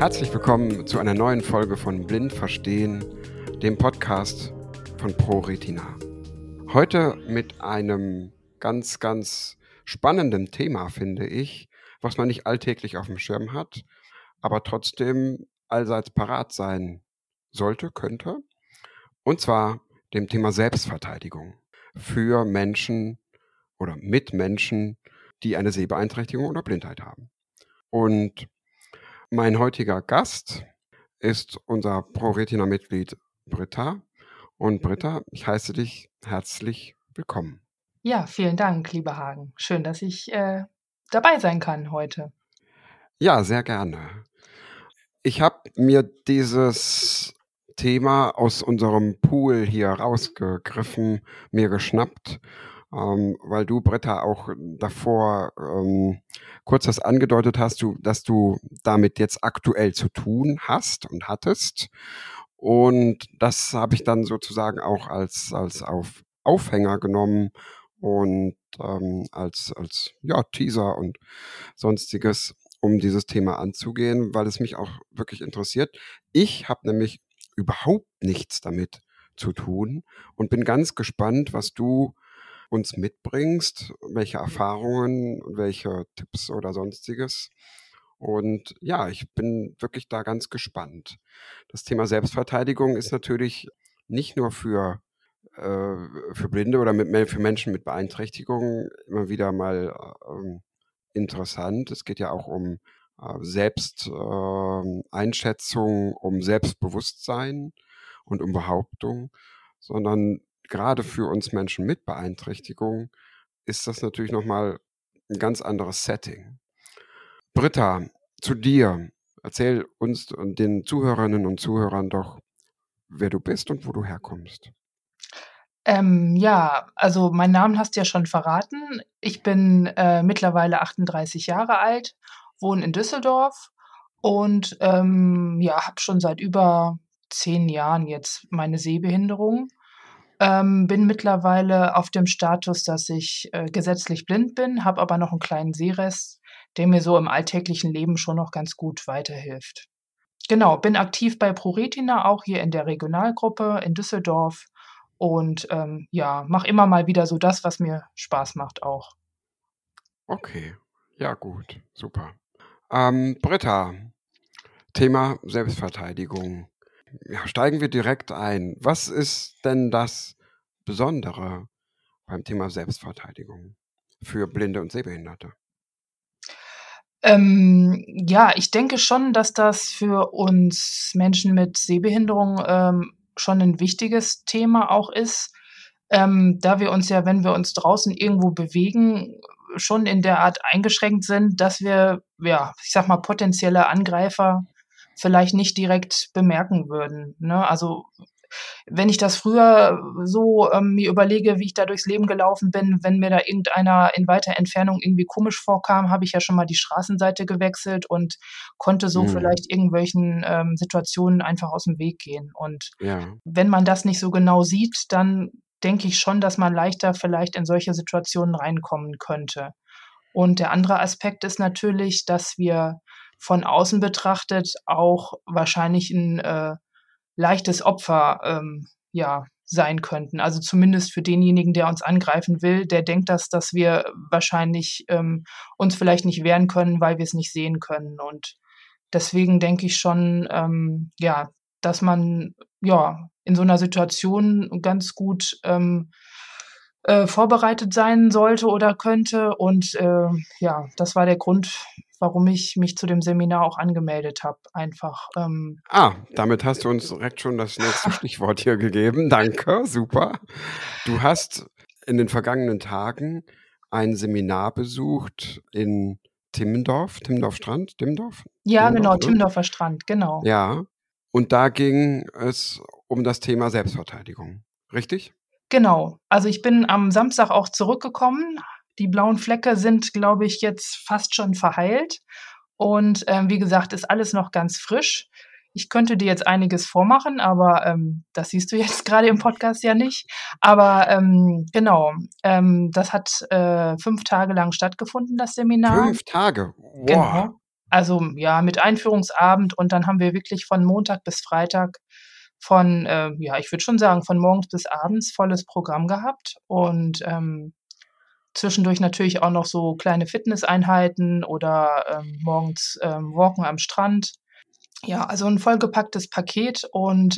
Herzlich willkommen zu einer neuen Folge von Blind Verstehen, dem Podcast von ProRetina. Heute mit einem ganz, ganz spannenden Thema, finde ich, was man nicht alltäglich auf dem Schirm hat, aber trotzdem allseits parat sein sollte, könnte. Und zwar dem Thema Selbstverteidigung für Menschen oder mit Menschen, die eine Sehbeeinträchtigung oder Blindheit haben. Und mein heutiger Gast ist unser ProRetina-Mitglied Britta. Und Britta, ich heiße dich herzlich willkommen. Ja, vielen Dank, lieber Hagen. Schön, dass ich dabei sein kann heute. Ja, sehr gerne. Ich habe mir dieses Thema aus unserem Pool hier rausgegriffen, mir geschnappt, weil du, Britta, auch davor kurz das angedeutet hast, dass du damit jetzt aktuell zu tun hast und hattest. Und das habe ich dann sozusagen auch als Aufhänger genommen und als ja, Teaser und sonstiges, um dieses Thema anzugehen, weil es mich auch wirklich interessiert. Ich habe nämlich überhaupt nichts damit zu tun und bin ganz gespannt, was du uns mitbringst, welche Erfahrungen, welche Tipps oder sonstiges. Und ja, ich bin wirklich da ganz gespannt. Das Thema Selbstverteidigung ist natürlich nicht nur für Blinde oder für Menschen mit Beeinträchtigungen immer wieder mal interessant. Es geht ja auch um Selbsteinschätzung, um Selbstbewusstsein und um Behauptung, sondern gerade für uns Menschen mit Beeinträchtigung ist das natürlich nochmal ein ganz anderes Setting. Britta, zu dir. Erzähl uns und den Zuhörerinnen und Zuhörern doch, wer du bist und wo du herkommst. Ja, also meinen Namen hast du ja schon verraten. Ich bin mittlerweile 38 Jahre alt, wohne in Düsseldorf und ja, habe schon seit über 10 Jahren jetzt meine Sehbehinderung. Bin mittlerweile auf dem Status, dass ich gesetzlich blind bin, habe aber noch einen kleinen Sehrest, der mir so im alltäglichen Leben schon noch ganz gut weiterhilft. Genau, bin aktiv bei ProRetina, auch hier in der Regionalgruppe in Düsseldorf und ja, mache immer mal wieder so das, was mir Spaß macht auch. Okay, ja gut, super. Britta, Thema Selbstverteidigung. Ja, steigen wir direkt ein. Was ist denn das Besondere beim Thema Selbstverteidigung für Blinde und Sehbehinderte? Ja, ich denke schon, dass das für uns Menschen mit Sehbehinderung schon ein wichtiges Thema auch ist, da wir uns ja, wenn wir uns draußen irgendwo bewegen, schon in der Art eingeschränkt sind, dass wir, ja, ich sage mal, potenzielle Angreifer vielleicht nicht direkt bemerken würden, ne? Also, wenn ich das früher so mir überlege, wie ich da durchs Leben gelaufen bin, wenn mir da irgendeiner in weiter Entfernung irgendwie komisch vorkam, habe ich ja schon mal die Straßenseite gewechselt und konnte so Mhm. vielleicht irgendwelchen Situationen einfach aus dem Weg gehen. Und Ja, wenn man das nicht so genau sieht, dann denke ich schon, dass man leichter vielleicht in solche Situationen reinkommen könnte. Und der andere Aspekt ist natürlich, dass wir von außen betrachtet auch wahrscheinlich 'n leichtes Opfer, ja, sein könnten. Also, zumindest für denjenigen, der uns angreifen will, der denkt, dass wir wahrscheinlich, uns vielleicht nicht wehren können, weil wir es nicht sehen können. Und deswegen denke ich schon, ja, dass man, ja, in so einer Situation ganz gut, vorbereitet sein sollte oder könnte. Und, ja, das war der Grund, warum ich mich zu dem Seminar auch angemeldet habe, einfach, damit hast du uns direkt schon das nächste Stichwort hier gegeben. Danke, super. Du hast in den vergangenen Tagen ein Seminar besucht in Timmendorf, ja, genau, ne? Timmendorfer Strand, genau. Ja, und da ging es um das Thema Selbstverteidigung, richtig? Genau. Also, ich bin am Samstag auch zurückgekommen. Die blauen Flecke sind, glaube ich, jetzt fast schon verheilt und, wie gesagt, ist alles noch ganz frisch. Ich könnte dir jetzt einiges vormachen, aber, das siehst du jetzt grade im Podcast ja nicht. Aber, genau, das hat, 5 Tage lang stattgefunden, das Seminar. 5 Tage? Wow. Genau. Also, ja, mit Einführungsabend und dann haben wir wirklich von Montag bis Freitag von, ja, ich würde schon sagen, von morgens bis abends volles Programm gehabt und, zwischendurch natürlich auch noch so kleine Fitnesseinheiten oder, morgens, Walken am Strand. Ja, also 'n vollgepacktes Paket und,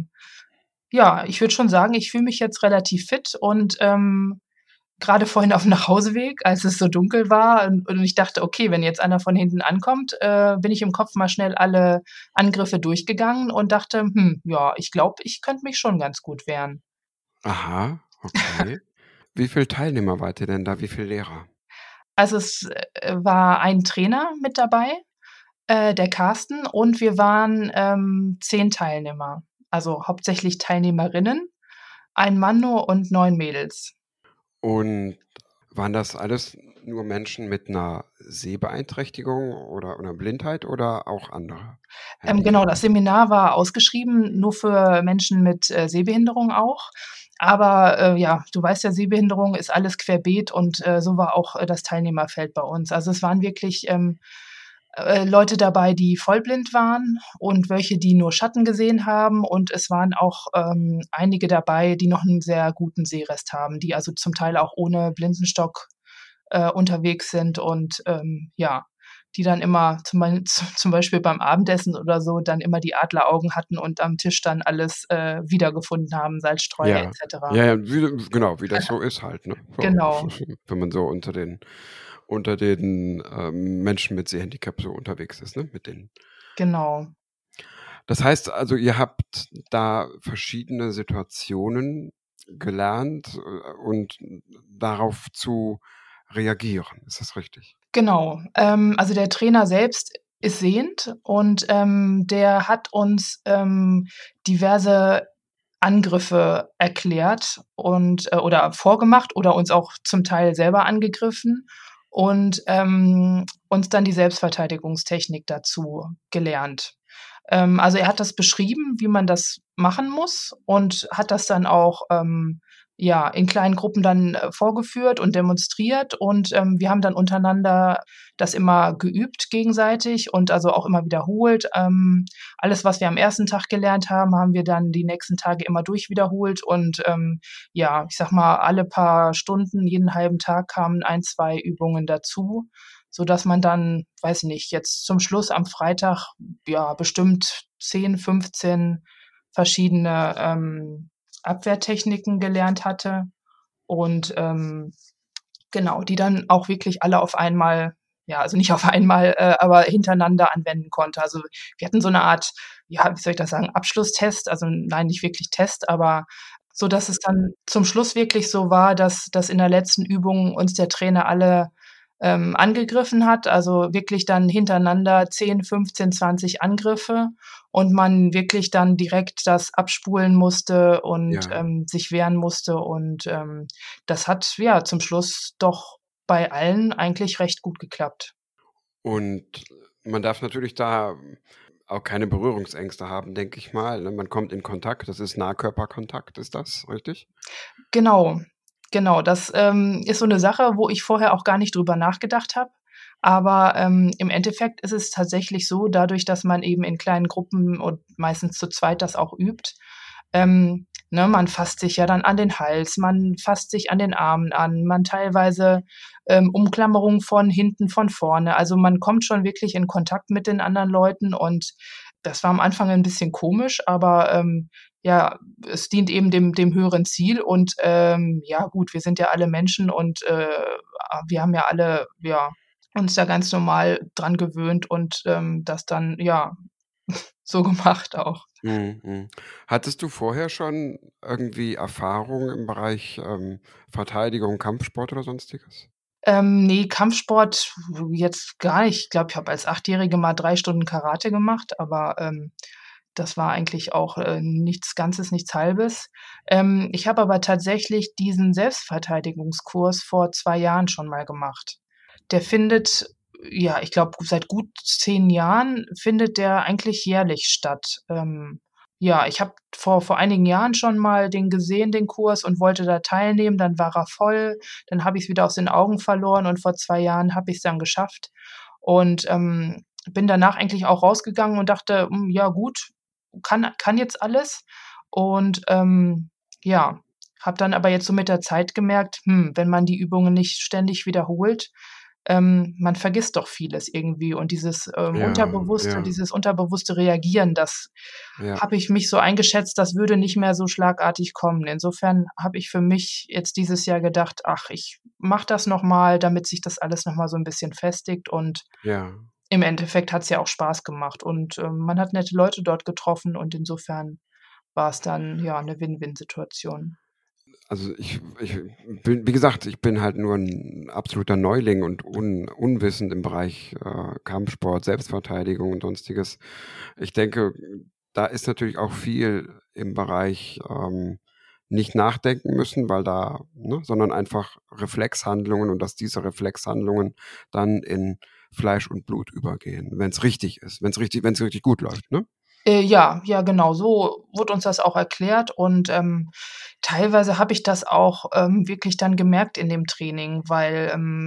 ja, ich würde schon sagen, ich fühle mich jetzt relativ fit und, grade vorhin aufm Nachhauseweg, als es so dunkel war und ich dachte: „Okay, wenn jetzt einer von hinten ankommt“, bin ich im Kopf mal schnell alle Angriffe durchgegangen und dachte: ja, ich glaube, ich könnte mich schon ganz gut wehren.“ Aha, okay. Wie viel Teilnehmer wart ihr denn da? Wie viel Lehrer? Also, es, war ein Trainer mit dabei, der Carsten, und wir waren, 10 Teilnehmer, also hauptsächlich Teilnehmerinnen, ein Mann nur und 9 Mädels. Und waren das alles nur Menschen mit 'ner Sehbeeinträchtigung oder Blindheit oder auch andere Genau, Handicap? das Seminar war ausgeschrieben, nur für Menschen mit, Sehbehinderung auch. Aber, ja, du weißt ja, Sehbehinderung ist alles querbeet und, so war auch, das Teilnehmerfeld bei uns. Also, es waren wirklich, Leute dabei, die vollblind waren und welche, die nur Schatten gesehen haben. Und es waren auch, einige dabei, die noch 'n sehr guten Sehrest haben, die also zum Teil auch ohne Blindenstock, unterwegs sind und, ja, die dann immer zum Beispiel beim Abendessen oder so dann immer die Adleraugen hatten und am Tisch dann alles, wiedergefunden haben, Salzstreuer et Ja. cetera. Ja, ja, wie genau, wie das so ist halt, ne? So, Genau, wenn man so unter den Menschen mit Sehhandicap so unterwegs ist, ne, mit denen. genau. Das heißt also, ihr habt da verschiedene Situationen gelernt, und darauf zu reagieren. Ist das richtig? Genau. Also, der Trainer selbst ist sehend und, der hat uns, diverse Angriffe erklärt und oder vorgemacht oder uns auch zum Teil selber angegriffen und, uns dann die Selbstverteidigungstechnik dazu gelernt. Also, er hat das beschrieben, wie man das machen muss und hat das dann auch, ja, in kleinen Gruppen dann, vorgeführt und demonstriert und, wir haben dann untereinander das immer geübt gegenseitig und also auch immer wiederholt. Alles, was wir am ersten Tag gelernt haben, haben wir dann die nächsten Tage immer durchwiederholt und, ja, ich sage mal, alle paar Stunden, jeden halben Tag kamen ein 2 Übungen dazu, sodass man dann, weiß ich nicht, jetzt zum Schluss am Freitag, ja, bestimmt 10, 15 verschiedene, Abwehrtechniken gelernt hatte und, genau, die dann auch wirklich alle auf einmal, ja, also nicht auf einmal, aber hintereinander anwenden konnte. Also, wir hatten so 'ne Art, ja, wie soll ich das sagen, Abschlusstest, also nein, nicht wirklich Test, aber so, dass es dann zum Schluss wirklich so war, dass in der letzten Übung uns der Trainer alle, angegriffen hat, also wirklich dann hintereinander 10, 15, 20 Angriffe und man wirklich dann direkt das abspulen musste und, Ja. sich wehren musste und, das hat, ja, zum Schluss doch bei allen eigentlich recht gut geklappt. Und man darf natürlich da auch keine Berührungsängste haben, denke ich mal, ne? Man kommt in Kontakt, das ist Nahkörperkontakt, ist das richtig? Genau, genau. Das, ist so 'ne Sache, wo ich vorher auch gar nicht drüber nachgedacht habe. Aber, im Endeffekt ist es tatsächlich so, dadurch, dass man eben in kleinen Gruppen und meistens zu zweit das auch übt, ne, man fasst sich ja dann an den Hals, man fasst sich an den Armen an, man teilweise, Umklammerung von hinten, von vorne. Also, man kommt schon wirklich in Kontakt mit den anderen Leuten und das war am Anfang 'n bisschen komisch, aber, ja, es dient eben dem höheren Ziel und, ja gut, wir sind ja alle Menschen und, wir haben ja alle, ja, uns da ganz normal dran gewöhnt und, das dann, ja, so gemacht auch. Mhm, mhm. Hattest du vorher schon irgendwie Erfahrung im Bereich, Verteidigung, Kampfsport oder Sonstiges? Ne, Kampfsport jetzt gar nicht. Ich glaube, ich habe als Achtjährige mal 3 Stunden Karate gemacht, aber, das war eigentlich auch, nichts Ganzes, nichts Halbes. Ich habe aber tatsächlich diesen Selbstverteidigungskurs vor 2 Jahren schon mal gemacht. Der findet, ja, ich glaube, seit gut 10 Jahren findet der eigentlich jährlich statt. Ja, ich habe vor einigen Jahren schon mal den gesehen, den Kurs, und wollte da teilnehmen, dann war er voll, dann habe ich's wieder aus den Augen verloren und vor 2 Jahren habe ich's dann geschafft. Und, bin danach eigentlich auch rausgegangen und dachte: Ja gut, kann jetzt alles.“ Und, ja, habe dann aber jetzt so mit der Zeit gemerkt, wenn man die Übungen nicht ständig wiederholt, man vergisst doch vieles irgendwie und Ja, ja, dieses unterbewusste Reagieren, das ja, habe ich mich so eingeschätzt, das würde nicht mehr so schlagartig kommen. Insofern habe ich für mich jetzt dieses Jahr gedacht: „Ach, ich mache das noch mal, damit sich das alles noch mal so 'n bisschen festigt“, und ja. im Endeffekt hat's ja auch Spaß gemacht und, man hat nette Leute dort getroffen und insofern war's dann, ja, 'ne Win-Win-Situation. Also, ich bin wie gesagt, ich bin halt nur 'n absoluter Neuling und unwissend im Bereich, Kampfsport, Selbstverteidigung und Sonstiges. Ich denke, da ist natürlich auch viel im Bereich, nicht nachdenken müssen, weil da ne, sondern einfach Reflexhandlungen und dass diese Reflexhandlungen dann in Fleisch und Blut übergehen, wenn's richtig ist, wenn's richtig gut läuft, ne? Ja, ja, genau, so wurde uns das auch erklärt und, teilweise habe ich das auch, wirklich dann gemerkt in dem Training, weil,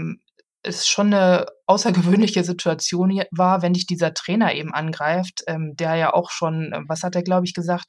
es schon 'ne außergewöhnliche Situation war, wenn dich dieser Trainer eben angreift, der ja auch schon, was hat er, glaube ich, gesagt,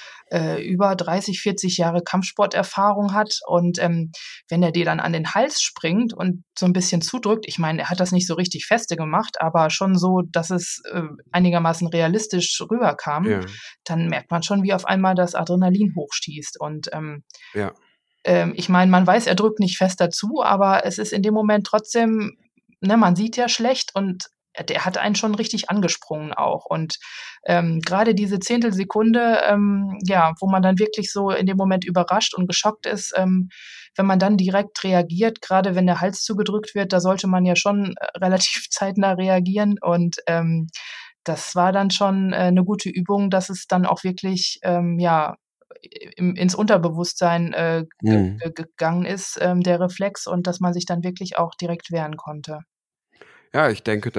über 30, 40 Jahre Kampfsporterfahrung hat und, wenn er dir dann an den Hals springt und so 'n bisschen zudrückt, ich meine, er hat das nicht so richtig feste gemacht, aber schon so, dass es, einigermaßen realistisch rüberkam, Ja, dann merkt man schon, wie auf einmal das Adrenalin hochschießt und, ja, ich meine, man weiß, er drückt nicht fest dazu, aber es ist in dem Moment trotzdem, ne, man sieht ja schlecht und der hat einen schon richtig angesprungen auch. Und, grade diese Zehntelsekunde, ja, wo man dann wirklich so in dem Moment überrascht und geschockt ist, wenn man dann direkt reagiert, grade wenn der Hals zugedrückt wird, da sollte man ja schon, relativ zeitnah reagieren und, das war dann schon, 'ne gute Übung, dass es dann auch wirklich, ja, ins Unterbewusstsein, mhm. gegangen ist, der Reflex und dass man sich dann wirklich auch direkt wehren konnte. Ja, ich denke,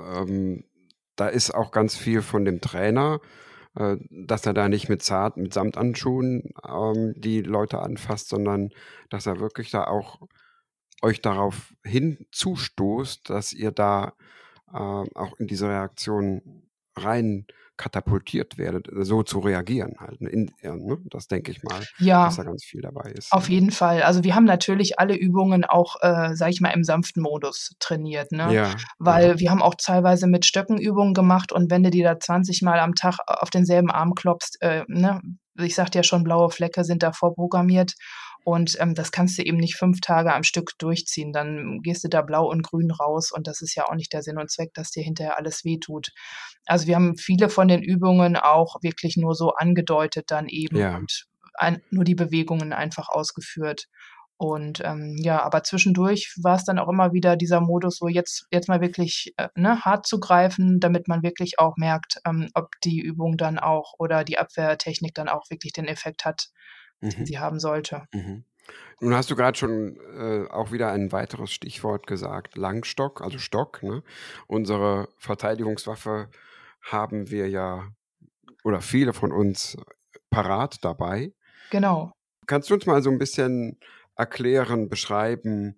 da ist auch ganz viel von dem Trainer, dass er da nicht mit Samthandschuhen, die Leute anfasst, sondern dass er wirklich da auch euch darauf hinzustoßt, dass ihr da, auch in diese Reaktion rein katapultiert werdet, so zu reagieren halt, ne? Ja, ne? Das denke ich mal, dass Ja, da ganz viel dabei ist, auf ja. jeden Fall. Also, wir haben natürlich alle Übungen auch, sage ich mal, im sanften Modus trainiert, ne? Ja, ja, Weil wir haben auch teilweise mit Stöcken Übungen gemacht und wenn du dir da 20 Mal am Tag auf denselben Arm klopfst, ne? Ich sagte ja schon, blaue Flecke sind da vorprogrammiert und, das kannst du eben nicht 5 Tage am Stück durchziehen. Dann gehst du da blau und grün raus und das ist ja auch nicht der Sinn und Zweck, dass dir hinterher alles wehtut. Also, wir haben viele von den Übungen auch wirklich nur so angedeutet dann eben ja. und nur die Bewegungen einfach ausgeführt. Und, ja, aber zwischendurch war es dann auch immer wieder dieser Modus, so jetzt mal wirklich, ne, hart zu greifen, damit man wirklich auch merkt, ob die Übung dann auch oder die Abwehrtechnik dann auch wirklich den Effekt hat, den Mhm, sie haben sollte. mhm. Nun hast du gerade schon, auch wieder ein weiteres Stichwort gesagt, Langstock, also Stock, ne? Unsere Verteidigungswaffe haben wir ja oder viele von uns parat dabei. Genau. Kannst du uns mal so ein bisschen erklären, beschreiben,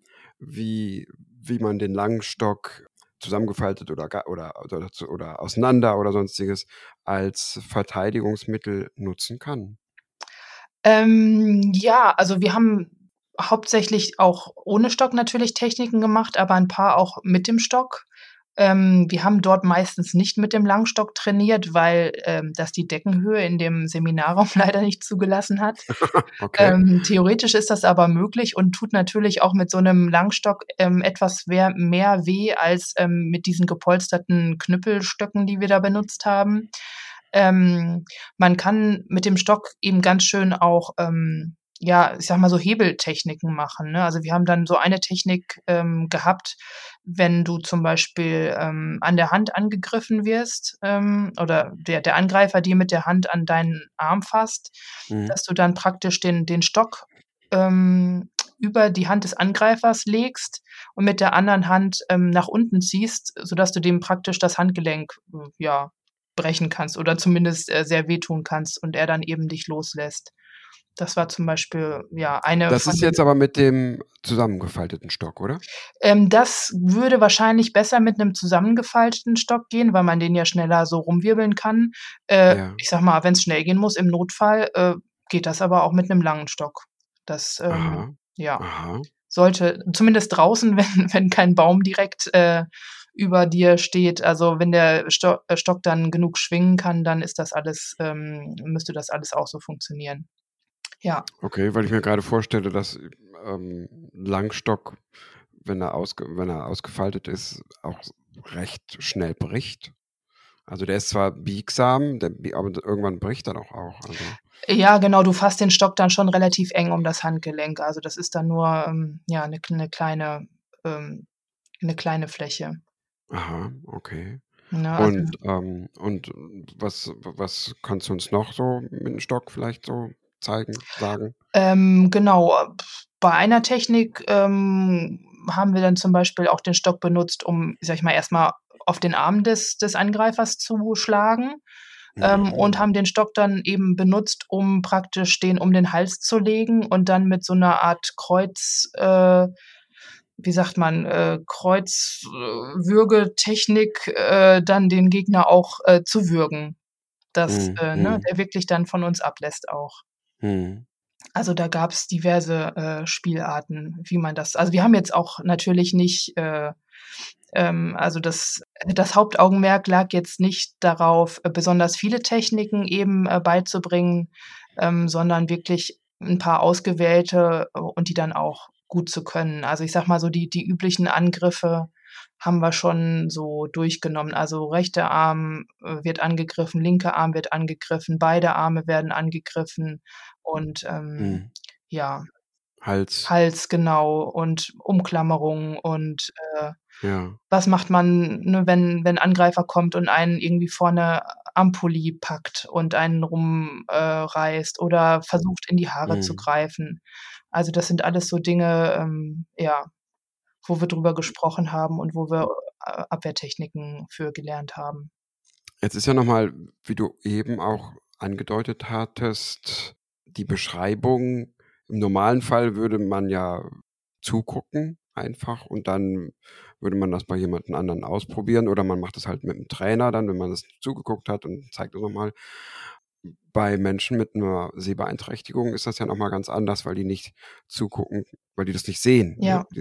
wie man den Langstock zusammengefaltet oder auseinander oder Sonstiges als Verteidigungsmittel nutzen kann? Ja, also wir haben hauptsächlich auch ohne Stock natürlich Techniken gemacht, aber ein paar auch mit dem Stock. Wir haben dort meistens nicht mit dem Langstock trainiert, weil, das die Deckenhöhe in dem Seminarraum leider nicht zugelassen hat. Okay. Theoretisch ist das aber möglich und tut natürlich auch mit so 'nem Langstock, etwas mehr weh als, mit diesen gepolsterten Knüppelstöcken, die wir da benutzt haben. Ähm, Man kann mit dem Stock eben ganz schön auch, ja, ich sage mal, so Hebeltechniken machen, ne? Also, wir haben dann so eine Technik, gehabt, wenn du zum Beispiel, an der Hand angegriffen wirst, oder der Angreifer dir mit der Hand an deinen Arm fasst, Mhm. dass du dann praktisch den Stock, über die Hand des Angreifers legst und mit der anderen Hand, nach unten ziehst, sodass du dem praktisch das Handgelenk, ja, brechen kannst oder zumindest, sehr wehtun kannst und er dann eben dich loslässt. Das war zum Beispiel, ja, eine Das von ist den jetzt aber mit dem zusammengefalteten Stock, oder? Das würde wahrscheinlich besser mit 'nem zusammengefalteten Stock gehen, weil man den ja schneller so rumwirbeln kann. Ja. Ich sage mal, wenn's schnell gehen muss im Notfall, geht das aber auch mit 'nem langen Stock. Das, Aha. ja, Aha. sollte zumindest draußen, wenn kein Baum direkt, über dir steht. Also, wenn der Stock dann genug schwingen kann, dann ist das alles müsste das alles auch so funktionieren. Ja. Okay, weil ich mir grade vorstelle, dass, Langstock, wenn er ausgefaltet ist, auch recht schnell bricht. Also, der ist zwar biegsam, aber irgendwann bricht er doch auch, also. Ja, genau, du fasst den Stock dann schon relativ eng um das Handgelenk. Also, das ist dann nur, ja, 'ähm 'ne kleine Fläche, Aha, okay. ne? Also Und was kannst du uns noch so mit dem Stock vielleicht so zeigen, sagen? Genau, bei einer Technik, haben wir dann zum Beispiel auch den Stock benutzt, um, sage ich mal, erst mal auf den Arm des Angreifers zu schlagen, und Mhm. haben den Stock dann eben benutzt, um praktisch den um den Hals zu legen und dann mit so 'ner Art Kreuz wie sagt man, Würgetechnik, dann den Gegner auch, zu würgen, dass, Mhm, ne, mhm, der wirklich dann von uns ablässt auch. mhm, Also, da gab's diverse, Spielarten, wie man das also, wir haben jetzt auch natürlich nicht, also, das Hauptaugenmerk lag jetzt nicht darauf, besonders viele Techniken eben, beizubringen, sondern wirklich 'n paar ausgewählte, und die dann auch gut zu können. Also, ich sage mal so, die üblichen Angriffe haben wir schon so durchgenommen. Also, rechter Arm, wird angegriffen, linker Arm wird angegriffen, beide Arme werden angegriffen und, mhm. ja, Hals, Hals, genau, und Umklammerung und, ja. was macht man, ne, wenn 'n Angreifer kommt und einen irgendwie vorne am Pulli packt und einen reißt oder versucht, in die Haare zu Mhm. greifen. Also, das sind alles so Dinge, ja, wo wir drüber gesprochen haben und wo wir, Abwehrtechniken für gelernt haben. Jetzt ist ja noch mal, wie du eben auch angedeutet hattest, die Beschreibung. Im normalen Fall würde man ja zugucken einfach und dann würde man das bei jemandem anderen ausprobieren oder man macht das halt mit 'm Trainer dann, wenn man das zugeguckt hat und zeigt das noch mal. Bei Menschen mit 'ner Sehbeeinträchtigung ist das ja noch mal ganz anders, weil die nicht zugucken, weil die das nicht sehen, ne? Ja.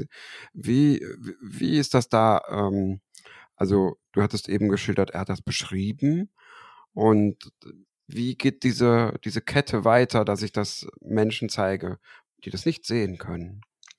Wie ist das da, also, du hattest eben geschildert, er hat das beschrieben und wie geht diese Kette weiter, dass ich das Menschen zeige, die das nicht sehen können?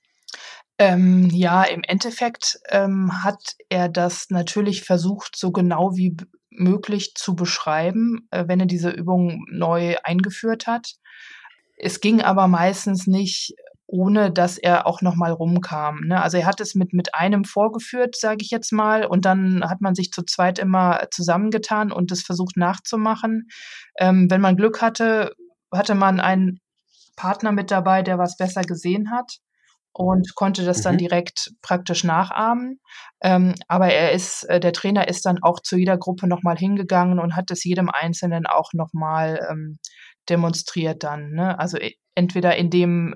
Ja, im Endeffekt, hat er das natürlich versucht, so genau wie möglich zu beschreiben, wenn er diese Übung neu eingeführt hat. Es ging aber meistens nicht, ohne dass er auch noch mal rumkam, ne? Also, er hat es mit einem vorgeführt, sage ich jetzt mal, und dann hat man sich zu zweit immer zusammengetan und das versucht nachzumachen. Wenn man Glück hatte, hatte man einen Partner mit dabei, der was besser gesehen hat und konnte das dann Mhm, direkt praktisch nachahmen. Aber der Trainer ist dann auch zu jeder Gruppe noch mal hingegangen und hat es jedem Einzelnen auch noch mal, demonstriert dann, ne? Also, entweder indem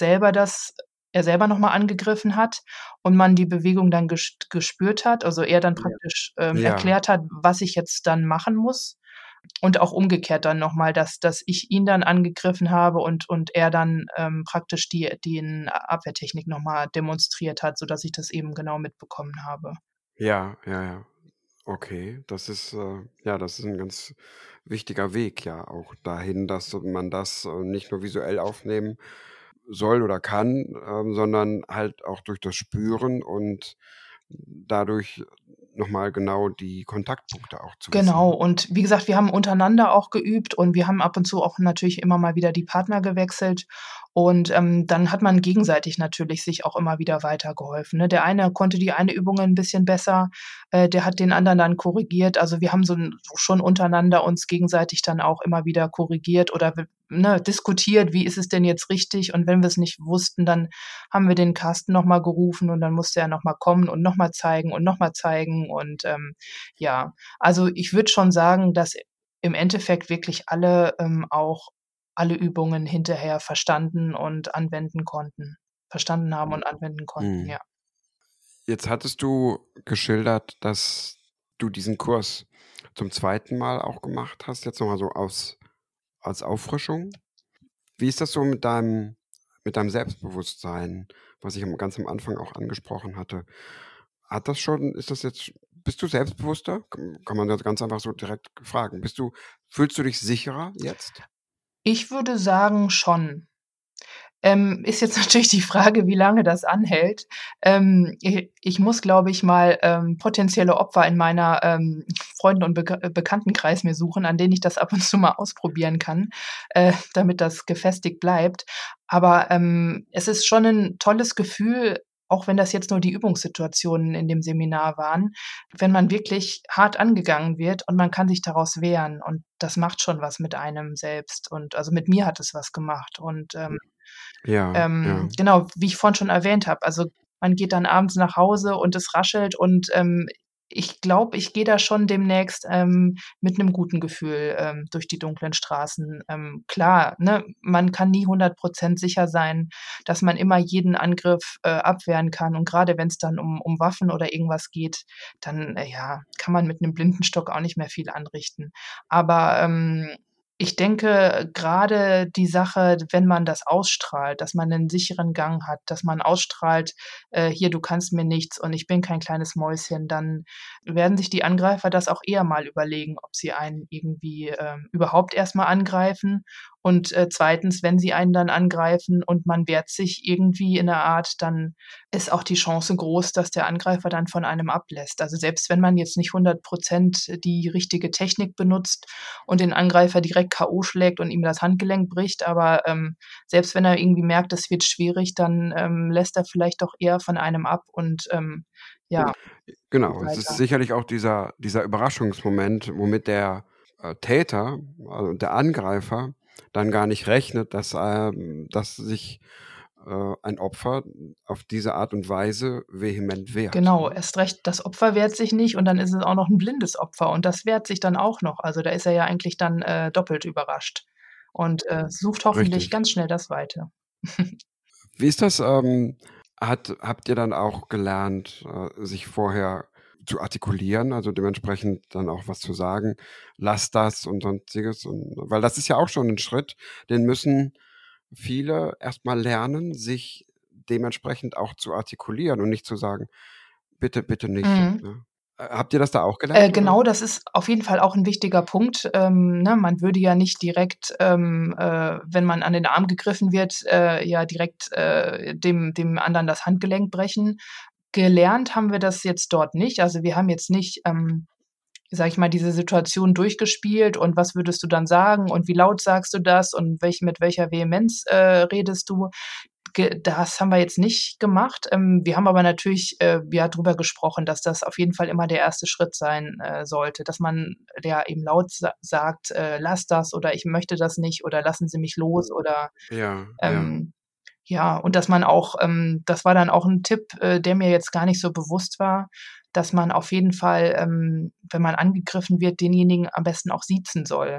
er selber noch mal angegriffen hat und man die Bewegung dann gespürt hat, also er dann praktisch, ja. erklärt hat, was ich jetzt dann machen muss. Und auch umgekehrt dann noch mal, dass ich ihn dann angegriffen habe und er dann, praktisch den Abwehrtechnik noch mal demonstriert hat, sodass ich das eben genau mitbekommen habe. Ja, ja, ja. Okay, ja, das ist 'n ganz wichtiger Weg ja auch dahin, dass man das, nicht nur visuell aufnehmen soll oder kann, sondern halt auch durch das Spüren und dadurch noch mal genau die Kontaktpunkte auch zu Genau, wissen. und wie gesagt, wir haben untereinander auch geübt und wir haben ab und zu auch natürlich immer mal wieder die Partner gewechselt und, dann hat man gegenseitig natürlich sich auch immer wieder weitergeholfen, ne? Der eine konnte die eine Übung 'n bisschen besser, der hat den anderen dann korrigiert. Also, wir haben schon untereinander uns gegenseitig dann auch immer wieder korrigiert oder ne, diskutiert: „Wie ist es denn jetzt richtig?“ Und wenn wir's nicht wussten, dann haben wir den Carsten noch mal gerufen und dann musste er noch mal kommen und noch mal zeigen und, ja. Also, ich würde schon sagen, dass im Endeffekt wirklich alle, auch alle Übungen hinterher verstanden haben und anwenden konnten, Mhm. ja. Jetzt hattest du geschildert, dass du diesen Kurs zum zweiten Mal auch gemacht hast, jetzt noch mal so als Auffrischung. Wie ist das so mit deinem Selbstbewusstsein, was ich ganz am Anfang auch angesprochen hatte? Hat das schon ist das jetzt Bist du selbstbewusster? Kann man das ganz einfach so direkt fragen. Fühlst du dich sicherer jetzt? Ich würde sagen, schon. Ist jetzt natürlich die Frage, wie lange das anhält. Ich muss, glaube ich, mal, potenzielle Opfer in meiner, Freunde und Bekanntenkreis mir suchen, an denen ich das ab und zu mal ausprobieren kann, damit das gefestigt bleibt. Aber, es ist schon ein tolles Gefühl, auch wenn das jetzt nur die Übungssituationen in dem Seminar waren, wenn man wirklich hart angegangen wird und man kann sich daraus wehren und das macht schon was mit einem selbst und also, mit mir hat es was gemacht und, Ja, ja. genau, wie ich vorhin schon erwähnt habe, also, man geht dann abends nach Hause und es raschelt und, ich glaube, ich gehe da schon demnächst, mit 'nem guten Gefühl, durch die dunklen Straßen. Klar, ne, man kann nie 100% sicher sein, dass man immer jeden Angriff, abwehren kann und grade wenn's dann um Waffen oder irgendwas geht, dann, ja, kann man mit 'nem Blindenstock auch nicht mehr viel anrichten. Aber, ich denke, grade die Sache, wenn man das ausstrahlt, dass man 'nen sicheren Gang hat, dass man ausstrahlt: „Hier, du kannst mir nichts und ich bin kein kleines Mäuschen“, dann werden sich die Angreifer das auch eher mal überlegen, ob sie einen irgendwie, überhaupt erst mal angreifen und, zweitens, wenn sie einen dann angreifen und man wehrt sich irgendwie in 'ner Art, dann ist auch die Chance groß, dass der Angreifer dann von einem ablässt. Also, selbst wenn man jetzt nicht 100% die richtige Technik benutzt und den Angreifer direkt K.O. schlägt und ihm das Handgelenk bricht, aber, selbst wenn er irgendwie merkt, es wird schwierig, dann, lässt er vielleicht doch eher von einem ab und, ja, geht Genau, es ist weiter. sicherlich auch dieser Überraschungsmoment, womit der, Täter, also der Angreifer, dann gar nicht rechnet, dass sich, ein Opfer auf diese Art und Weise vehement wehrt, Genau, ne? erst recht, das Opfer wehrt sich nicht und dann ist es auch noch 'n blindes Opfer und das wehrt sich dann auch noch. Also, da ist er ja eigentlich dann, doppelt überrascht und, sucht hoffentlich Richtig. ganz schnell das Weite. Wie ist das, habt ihr dann auch gelernt, sich vorher zu artikulieren, also dementsprechend dann auch was zu sagen: „Lass das“ und Sonstiges und weil das ist ja auch schon 'n Schritt, den müssen viele erst mal lernen, sich dementsprechend auch zu artikulieren und nicht zu sagen: „Bitte, bitte nicht“, Mhm. ne? Habt ihr das da auch gelernt, oder? Genau, das ist auf jeden Fall auch 'n wichtiger Punkt. Ne, man würde ja nicht direkt, wenn man an den Arm gegriffen wird, ja direkt, dem anderen das Handgelenk brechen. Gelernt haben wir das jetzt dort nicht. Also, wir haben jetzt nicht, sage ich mal, diese Situation durchgespielt und was würdest du dann sagen und wie laut sagst du das und mit welcher Vehemenz, redest du? Das haben wir jetzt nicht gemacht. Wir haben aber natürlich, ja, drüber gesprochen, dass das auf jeden Fall immer der erste Schritt sein, sollte, dass man ja eben laut sagt, „Lass das“ oder „Ich möchte das nicht“ oder „Lassen Sie mich los“ oder, Ja, ja. ähm, ja, und dass man auch das war dann auch 'n Tipp, der mir jetzt gar nicht so bewusst war, dass man auf jeden Fall, wenn man angegriffen wird, denjenigen am besten auch siezen soll,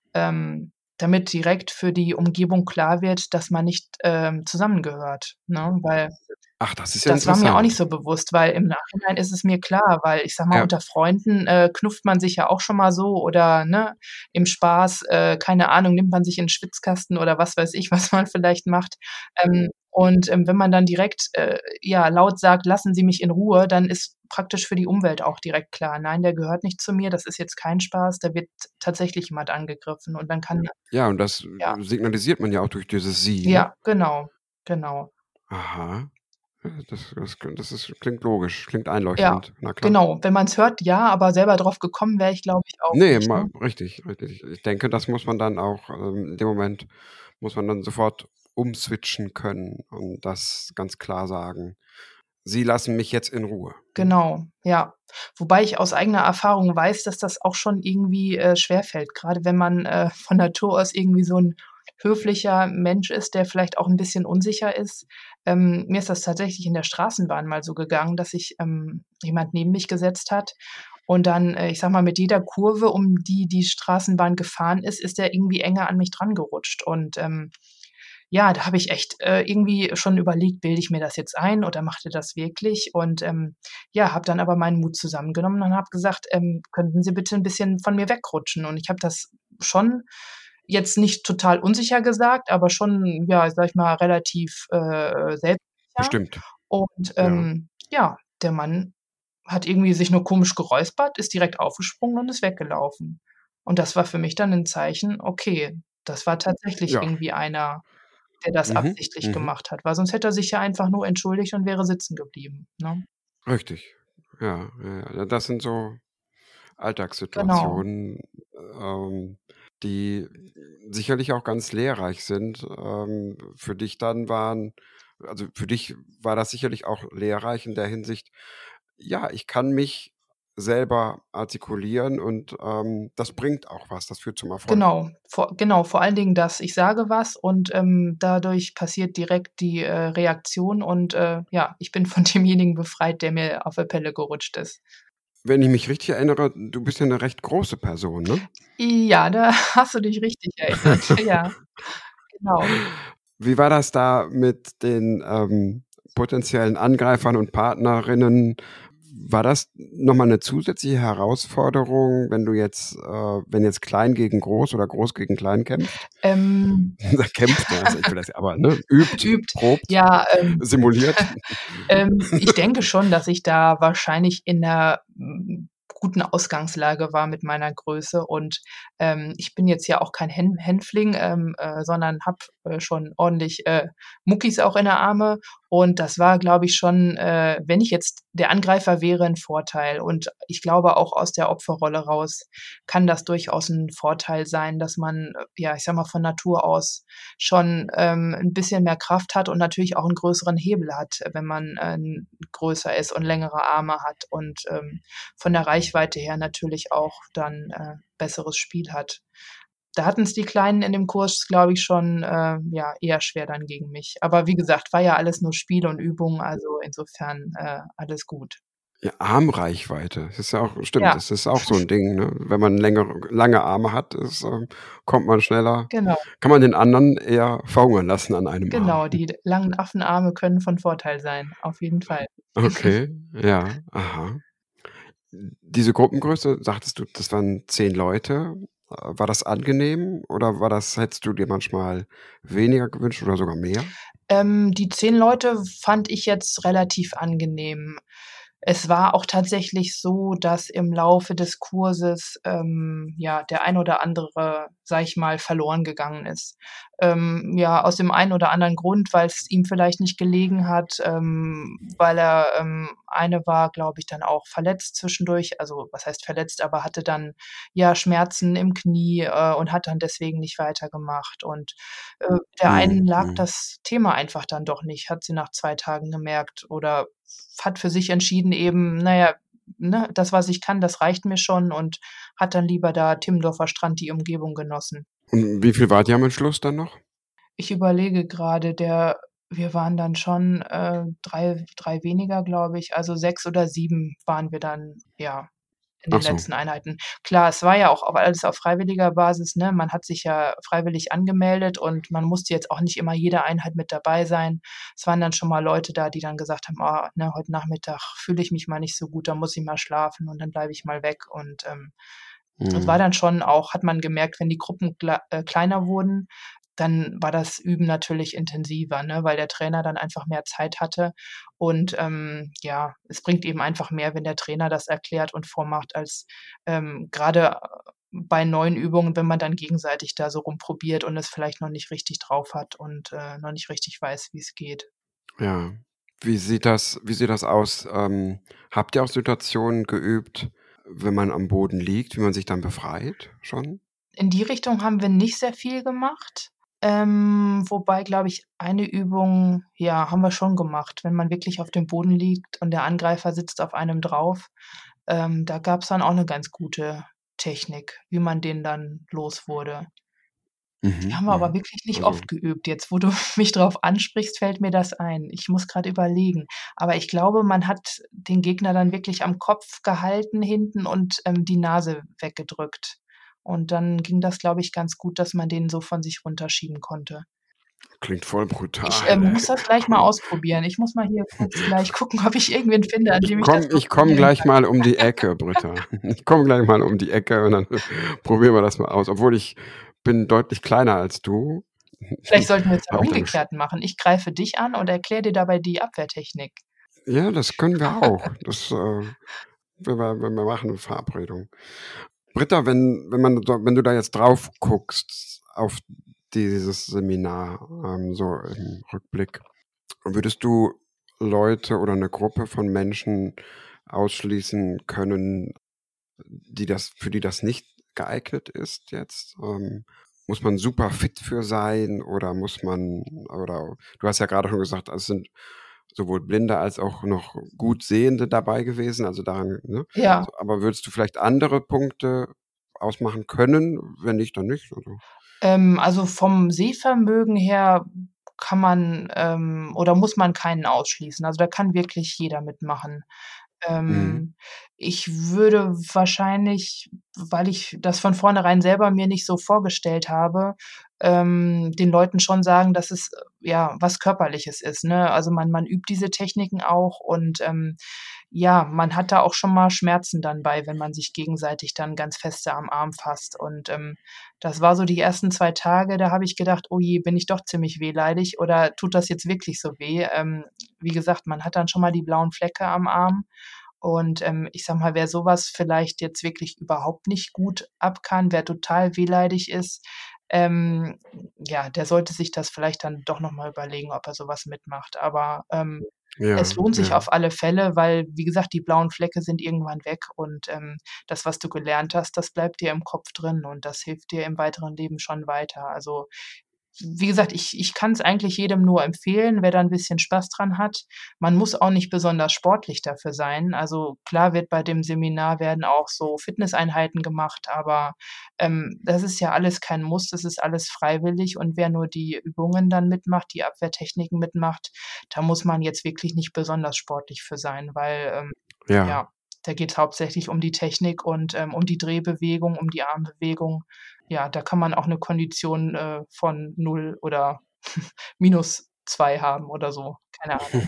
damit direkt für die Umgebung klar wird, dass man nicht, zusammengehört, ne? Weil Ach, das ist ja das war mir auch nicht interessant. so bewusst, weil im Nachhinein ist es mir klar, weil ich sage mal, Ja, unter Freunden, knufft man sich ja auch schon mal so oder, ne, im Spaß, keine Ahnung, nimmt man sich in 'n Schwitzkasten oder was weiß ich, was man vielleicht macht. Und, wenn man dann direkt, ja, laut sagt: „Lassen Sie mich in Ruhe“, dann ist praktisch für die Umwelt auch direkt klar: „Nein, der gehört nicht zu mir, das ist jetzt kein Spaß, da wird tatsächlich jemand angegriffen.“ Und dann kann ja, und das ja, signalisiert man ja auch durch dieses „Sie“, ne? ja, genau, genau. Aha. Ja, das klingt logisch, klingt Ja, einleuchtend, na klar. genau. Wenn man's hört, ja, aber selber drauf gekommen wäre ich, glaube ich, auch Ne, nicht, ma ne? richtig, richtig. Ich denke, das muss man dann auch in dem Moment muss man dann sofort umswitchen können und das ganz klar sagen: „Sie lassen mich jetzt in Ruhe“, ne? Genau, ja. Wobei ich aus eigener Erfahrung weiß, dass das auch schon irgendwie, schwerfällt, grade wenn man, von Natur aus irgendwie so 'n höflicher Mensch ist, der vielleicht auch 'n bisschen unsicher ist. Mir ist das tatsächlich in der Straßenbahn mal so gegangen, dass sich, jemand neben mich gesetzt hat Und dann, ich sage mal, mit jeder Kurve, um die die Straßenbahn gefahren ist, ist der irgendwie enger an mich dran gerutscht. Und, ja, da habe ich echt, irgendwie schon überlegt, bilde ich mir das jetzt ein oder macht er das wirklich? Und, ja, habe dann aber meinen Mut zusammengenommen und habe gesagt: könnten Sie bitte ein bisschen von mir wegrutschen?“ Und ich habe das schon jetzt nicht total unsicher gesagt, aber schon, ja, sage ich mal, relativ, selbstsicher. Bestimmt, Und, ja. ja, der Mann hat irgendwie sich nur komisch geräuspert, ist direkt aufgesprungen und ist weggelaufen. Und das war für mich dann 'n Zeichen, okay, das war tatsächlich Ja. irgendwie einer, der das Mhm, absichtlich mhm. gemacht hat, weil sonst hätte er sich ja einfach nur entschuldigt und wäre sitzen geblieben, ne? Richtig. Ja, ja, ja. Das sind so Genau, Alltagssituationen, die sicherlich auch ganz lehrreich sind, für dich dann waren also, für dich war das sicherlich auch lehrreich in der Hinsicht, ja, ich kann mich selber artikulieren und, das bringt auch was, das führt zum Erfolg. vor allen Dingen das. Ich sage was und, dadurch passiert direkt die, Reaktion und, ja, ich bin von demjenigen befreit, der mir auf der Pelle gerutscht ist. Wenn ich mich richtig erinnere, du bist ja 'ne recht große Person, ne? Ja, da hast du dich richtig erinnert. Ja, genau. Wie war das da mit den, potenziellen Angreifern und Partnerinnen? War das noch mal 'ne zusätzliche Herausforderung, wenn du jetzt wenn jetzt klein gegen groß oder groß gegen klein kämpft? Ähm, Kämpft, ja, also ich will das aber, ne, übt, übt. probt, Ja, simuliert. ich denke schon, dass ich da wahrscheinlich in 'ner, guten Ausgangslage war mit meiner Größe und, ich bin jetzt ja auch kein Hänfling, sondern habe, schon ordentlich, Muckis auch in der Arme und das war, glaube ich, schon, wenn ich jetzt der Angreifer wäre, 'n Vorteil und ich glaube auch aus der Opferrolle raus kann das durchaus 'n Vorteil sein, dass man, ja, ich sage mal, von Natur aus schon, 'n bisschen mehr Kraft hat und natürlich auch 'n größeren Hebel hat, wenn man, größer ist und längere Arme hat und, von der Reichweite her natürlich auch dann, besseres Spiel hat. Da hatten's die Kleinen in dem Kurs, glaube ich, schon, ja, eher schwer dann gegen mich. Aber wie gesagt, war ja alles nur Spiel und Übung, also insofern, alles gut. Ja, Armreichweite. Das ist ja auch stimmt, Ja, das ist auch so 'n Ding, ne? Wenn man lange Arme hat, kommt man schneller genau, kann man den anderen eher verhungern lassen an einem Arm. genau. Die langen Affenarme können von Vorteil sein, auf jeden Fall. Okay, ja, aha. Diese Gruppengröße, sagtest du, das waren 10 Leute. War das angenehm oder war das hättest du dir manchmal weniger gewünscht oder sogar mehr? Die 10 Leute fand ich jetzt relativ angenehm. Es war auch tatsächlich so, dass im Laufe des Kurses, ja, der ein oder andere, sage ich mal, verloren gegangen ist. Ja, aus dem einen oder anderen Grund, weil's ihm vielleicht nicht gelegen hat, weil er eine war, glaube ich, dann auch verletzt zwischendurch. Also, was heißt verletzt, aber hatte dann, ja, Schmerzen im Knie, und hat dann deswegen nicht weitergemacht. Und, der einen Mhm, lag mhm. das Thema einfach dann doch nicht, hat sie nach 2 Tagen gemerkt oder hat für sich entschieden eben, na ja, ne, das, was ich kann, das reicht mir schon und hat dann lieber da Timmendorfer Strand, die Umgebung genossen. Und wie viel wart ihr am Schluss dann noch? Ich überlege grade, wir waren dann schon, 3 weniger, glaube ich, also 6 oder 7 waren wir dann, ja, in den Ach so. letzten Einheiten. Klar, es war ja auch alles auf freiwilliger Basis, ne? Man hat sich ja freiwillig angemeldet und man musste jetzt auch nicht immer jede Einheit mit dabei sein. Es waren dann schon mal Leute da, die dann gesagt haben: „Oh, ne, heute Nachmittag fühle ich mich mal nicht so gut, da muss ich mal schlafen und dann bleibe ich mal weg.“ Und, es war Mhm. dann schon auch hat man gemerkt, wenn die Gruppen kleiner wurden, dann war das Üben natürlich intensiver, ne, weil der Trainer dann einfach mehr Zeit hatte. Und, ja, es bringt eben einfach mehr, wenn der Trainer das erklärt und vormacht, als, grade bei neuen Übungen, wenn man dann gegenseitig da so rumprobiert und es vielleicht noch nicht richtig drauf hat und, noch nicht richtig weiß, wie's geht. Ja. Wie sieht das aus? Habt ihr auch Situationen geübt, wenn man am Boden liegt, wie man sich dann befreit schon? In die Richtung haben wir nicht sehr viel gemacht, wobei, glaube ich, eine Übung, ja, haben wir schon gemacht, wenn man wirklich auf dem Boden liegt und der Angreifer sitzt auf einem drauf. Da gab's dann auch 'ne ganz gute Technik, wie man den dann los wurde. Die Mhm, haben wir aber mhm. wirklich nicht Also oft geübt. Jetzt, wo du mich drauf ansprichst, fällt mir das ein. Ich muss grad überlegen. Aber ich glaube, man hat den Gegner dann wirklich am Kopf gehalten hinten und, die Nase weggedrückt. Und dann ging das, glaube ich, ganz gut, dass man den so von sich runterschieben konnte. klingt voll Ich, brutal, muss das gleich mal ey. ausprobieren. Ich muss mal hier kurz gleich gucken, ob ich irgendwen finde, an Ich dem ich das komme mal ich komme probieren gleich kann. mal um die Ecke, Britta. Ich komme gleich mal um die Ecke und dann probieren wir das mal aus. Obwohl ich bin deutlich kleiner als du, Vielleicht sollten wir es dann habe ich dann 'ne Sch umgekehrt machen. Ich greife dich an und erkläre dir dabei die Abwehrtechnik. ja, das können wir auch. Das, wenn wir machen 'ne Verabredung. Britta, wenn du da jetzt drauf guckst auf dieses Seminar, so im Rückblick, würdest du Leute oder 'ne Gruppe von Menschen ausschließen können, für die das nicht geeignet ist jetzt? Muss man super fit für sein oder du hast ja gerade schon gesagt, es sind sowohl Blinde als auch noch gut Sehende dabei gewesen, also daran, ne? Ja. So, aber würdest du vielleicht andere Punkte ausmachen können? Wenn nicht, dann nicht, also Also, vom Sehvermögen her kann man, oder muss man keinen ausschließen. Also, da kann wirklich jeder mitmachen. mhm. Ähm, Ich würde wahrscheinlich, weil ich das von vornherein selber mir nicht so vorgestellt habe, den Leuten schon sagen, dass es, ja, was Körperliches ist, ne? Also, man übt diese Techniken auch und, ja, man hat da auch schon mal Schmerzen dann bei, wenn man sich gegenseitig dann ganz feste am Arm fasst. Und, das war so die ersten 2 Tage, da habe ich gedacht: „Oh je, bin ich doch ziemlich wehleidig oder tut das jetzt wirklich so weh?“ Wie gesagt, man hat dann schon mal die blauen Flecke am Arm und, ich sage mal, wer so was vielleicht jetzt wirklich überhaupt nicht gut ab kann, wer total wehleidig ist, ähm, ja, der sollte sich das vielleicht dann doch noch mal überlegen, ob er so was mitmacht. Aber, es Ja, lohnt sich ja. auf alle Fälle, weil, wie gesagt, die blauen Flecke sind irgendwann weg und, das, was du gelernt hast, das bleibt dir im Kopf drin und das hilft dir im weiteren Leben schon weiter. Also, wie gesagt, ich kann es eigentlich jedem nur empfehlen, wer da 'n bisschen Spaß dran hat. Man muss auch nicht besonders sportlich dafür sein. Also, klar wird bei dem Seminar werden auch so Fitnesseinheiten gemacht, aber, das ist ja alles kein Muss, das ist alles freiwillig und wer nur die Übungen dann mitmacht, die Abwehrtechniken mitmacht, da muss man jetzt wirklich nicht besonders sportlich für sein, weil, Ja. ja, da geht's hauptsächlich um die Technik und, um die Drehbewegung, um die Armbewegung. Ja, da kann man auch 'ne Kondition, von 0 oder -2 haben oder so, keine Ahnung.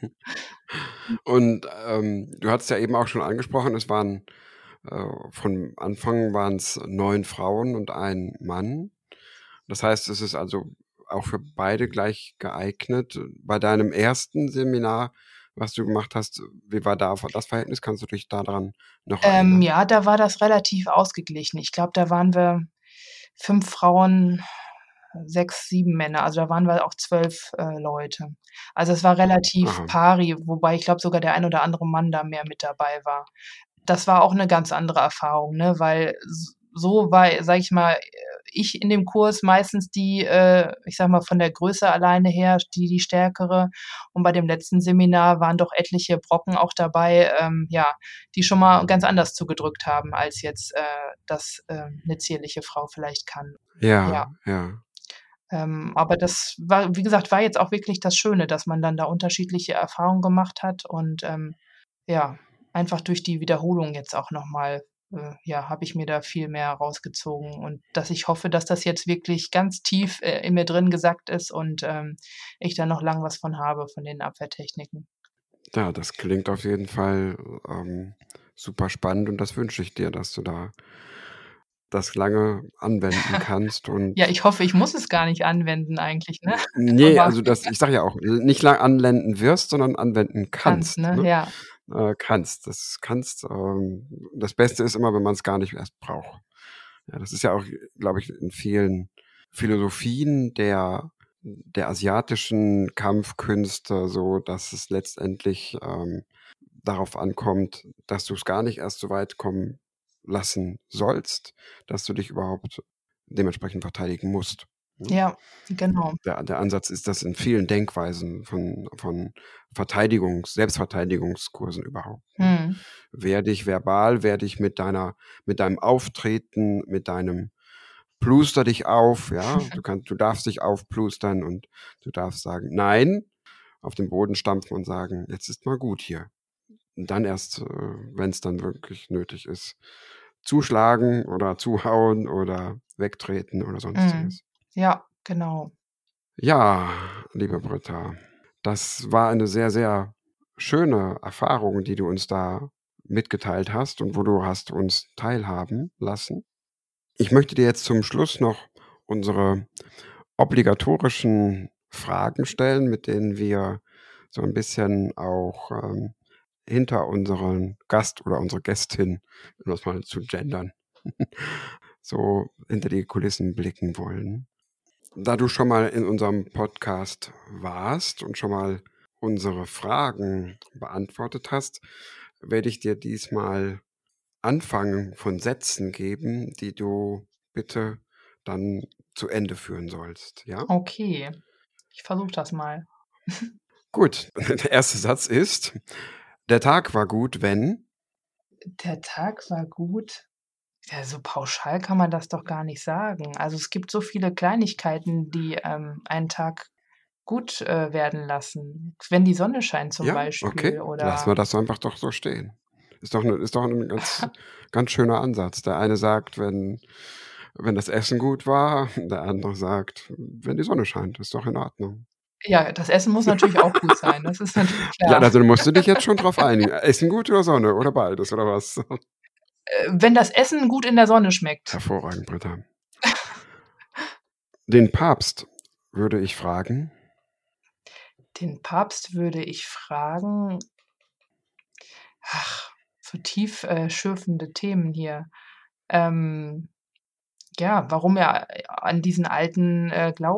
Und, du hattest ja eben auch schon angesprochen, von Anfang waren's 9 Frauen und ein Mann. Das heißt, es ist also auch für beide gleich geeignet. Bei deinem ersten Seminar, was du gemacht hast, wie war da das Verhältnis? Kannst du dich daran noch erinnern? Ja, da war das relativ ausgeglichen. Ich glaube, da waren wir 5 Frauen, 6, 7 Männer. Also, da waren wir auch 12, Leute. Also, es war relativ Aha. pari, wobei ich glaube, sogar der ein oder andere Mann da mehr mit dabei war. Das war auch 'ne ganz andere Erfahrung, ne, weil so war, sage ich mal, ich in dem Kurs meistens die, ich sage mal, von der Größe alleine her die Stärkere. Und bei dem letzten Seminar waren doch etliche Brocken auch dabei, ja, die schon mal ganz anders zugedrückt haben, als jetzt, das, 'ne zierliche Frau vielleicht kann. Ja, Ja, ja. aber das war, wie gesagt, war jetzt auch wirklich das Schöne, dass man dann da unterschiedliche Erfahrungen gemacht hat und, ja, einfach durch die Wiederholung jetzt auch noch mal, ja, habe ich mir da viel mehr rausgezogen und dass ich hoffe, dass das jetzt wirklich ganz tief, in mir drin gesackt ist und, ich da noch lang was von habe, von den Abwehrtechniken. Ja, das klingt auf jeden Fall, super spannend und das wünsche ich dir, dass du da das lange anwenden kannst Ja, und ich hoffe, ich muss es gar nicht anwenden eigentlich, ne? ne, Aber also das ich sage ja auch, nicht lang anwenden wirst, sondern anwenden kannst, kannst, ne? ne? Ja. Das Beste ist immer, wenn man's gar nicht erst braucht. Ja, das ist ja auch, glaube ich, in vielen Philosophien der asiatischen Kampfkünste so, dass es letztendlich, darauf ankommt, dass du's gar nicht erst so weit kommen lassen sollst, dass du dich überhaupt dementsprechend verteidigen musst, ne? Ja, genau. Der Ansatz ist das in vielen Denkweisen von Selbstverteidigungskursen überhaupt, ne? Mhm. Wehr dich verbal, wehr dich mit deinem Auftreten, mit deinem pluster dich auf, ja, du darfst dich aufplustern und du darfst sagen, nein, auf den Boden stampfen und sagen, jetzt ist mal gut hier. Und dann erst, wenn es dann wirklich nötig ist, zuschlagen oder zuhauen oder wegtreten oder sonstiges. Ja, genau. Ja, liebe Britta, das war eine sehr, sehr schöne Erfahrung, die du uns da mitgeteilt hast und wo du hast uns teilhaben lassen. Ich möchte dir jetzt zum Schluss noch unsere obligatorischen Fragen stellen, mit denen wir so ein bisschen auch hinter unseren Gast oder unsere Gästin, um das mal zu gendern, so hinter die Kulissen blicken wollen. Da du schon mal in unserem Podcast warst und schon mal unsere Fragen beantwortet hast, werde ich dir diesmal Anfang von Sätzen geben, die du bitte dann zu Ende führen sollst, ja? Okay, ich versuche das mal. Gut, der erste Satz ist: Der Tag war gut, wenn Der Tag war gut. Ja, so pauschal kann man das doch gar nicht sagen. Also, es gibt so viele Kleinigkeiten, die, einen Tag gut, werden lassen. Wenn die Sonne scheint zum ja, Beispiel okay, lassen wir oder das einfach doch so stehen. Ist doch 'n ganz schöner Ansatz. Der eine sagt, wenn das Essen gut war, der andere sagt, wenn die Sonne scheint, ist doch in Ordnung. ja, das Essen muss natürlich auch gut sein, das ist natürlich Ja, klar. also, da musst du dich jetzt schon drauf einigen. Essen gut oder Sonne oder beides oder was? Wenn das Essen gut in der Sonne schmeckt. Hervorragend, Britta. Den Papst würde ich fragen Den Papst würde ich fragen ach, so tief, schürfende Themen hier. Ähm, ja, warum er an diesen alten,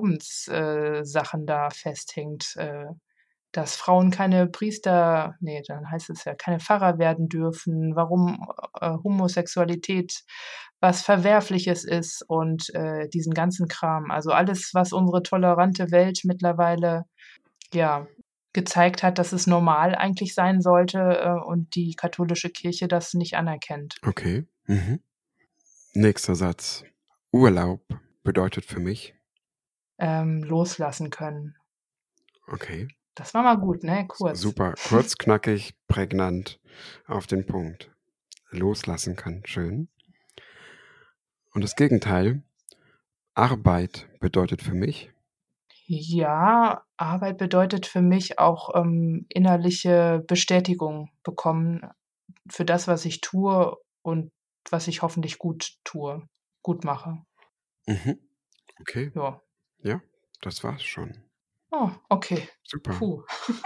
Sachen da festhängt, dass Frauen keine Priester ne, dann heißt es ja, keine Pfarrer werden dürfen, warum, Homosexualität was Verwerfliches ist und, diesen ganzen Kram. Also, alles, was unsere tolerante Welt mittlerweile, ja, gezeigt hat, dass es normal eigentlich sein sollte, und die katholische Kirche das nicht anerkennt. okay, mhm. Nächster Satz. Urlaub bedeutet für mich Loslassen können. okay, Das war mal gut, ne? Kurz. super, kurz, knackig, prägnant, auf den Punkt. Loslassen kann, schön. Und das Gegenteil, Arbeit bedeutet für mich Ja, Arbeit bedeutet für mich auch, innerliche Bestätigung bekommen für das, was ich tue und was ich hoffentlich gut tue, gut mache. mhm, okay, Ja. ja, das war's schon. Oh, okay. Super. Puh.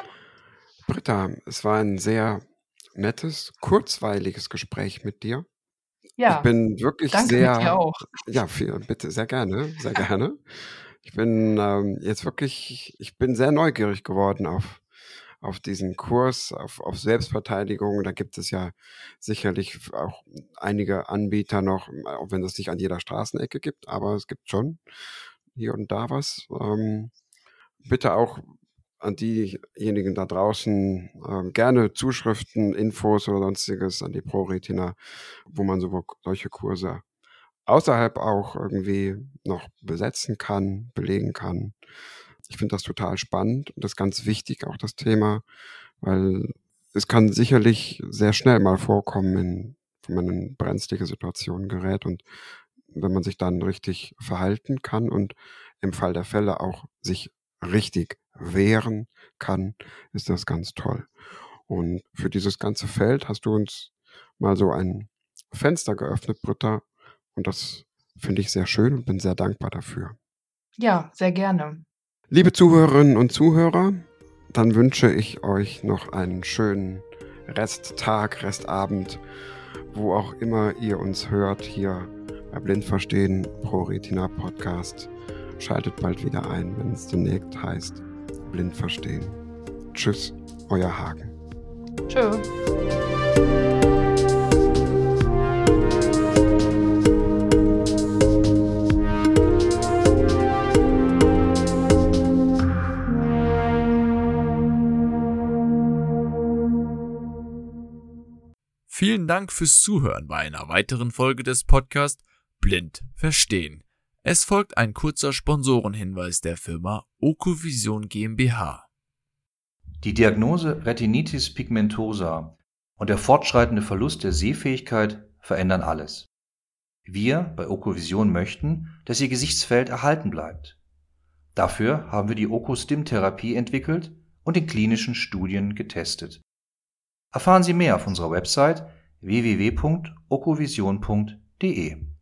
Britta, es war ein sehr nettes, kurzweiliges Gespräch mit dir. Ich Ja, bin wirklich danke mit dir sehr auch. ja, bitte, sehr gerne, sehr gerne. Ich bin, jetzt wirklich ich bin sehr neugierig geworden auf diesen Kurs, auf Selbstverteidigung. Da gibt es ja sicherlich auch einige Anbieter noch, auch wenn es nicht an jeder Straßenecke gibt, aber es gibt schon hier und da was. Bitte auch an diejenigen da draußen, gerne Zuschriften, Infos oder Sonstiges an die ProRetina, wo man solche Kurse außerhalb auch irgendwie noch besetzen kann, belegen kann. Ich finde das total spannend und das ist ganz wichtig, auch das Thema, weil es kann sicherlich sehr schnell mal vorkommen, wenn man in brenzlige Situationen gerät und wenn man sich dann richtig verhalten kann und im Fall der Fälle auch sich richtig wehren kann, ist das ganz toll. Und für dieses ganze Feld hast du uns mal so ein Fenster geöffnet, Britta, und das finde ich sehr schön und bin sehr dankbar dafür. Ja, sehr gerne. Liebe Zuhörerinnen und Zuhörer, dann wünsche ich euch noch einen schönen Resttag, Restabend, wo auch immer ihr uns hört, hier bei Blindverstehen ProRetina Podcast. Schaltet bald wieder ein, wenn es demnächst heißt Blindverstehen. Tschüss, euer Hagen. Tschö. Vielen Dank fürs Zuhören bei einer weiteren Folge des Podcasts Blind Verstehen. Es folgt ein kurzer Sponsorenhinweis der Firma Okovision GmbH. Die Diagnose Retinitis pigmentosa und der fortschreitende Verlust der Sehfähigkeit verändern alles. Wir bei Okovision möchten, dass Ihr Gesichtsfeld erhalten bleibt. Dafür haben wir die Oko-Stim-Therapie entwickelt und in klinischen Studien getestet. Erfahren Sie mehr auf unserer Website www.okovision.de.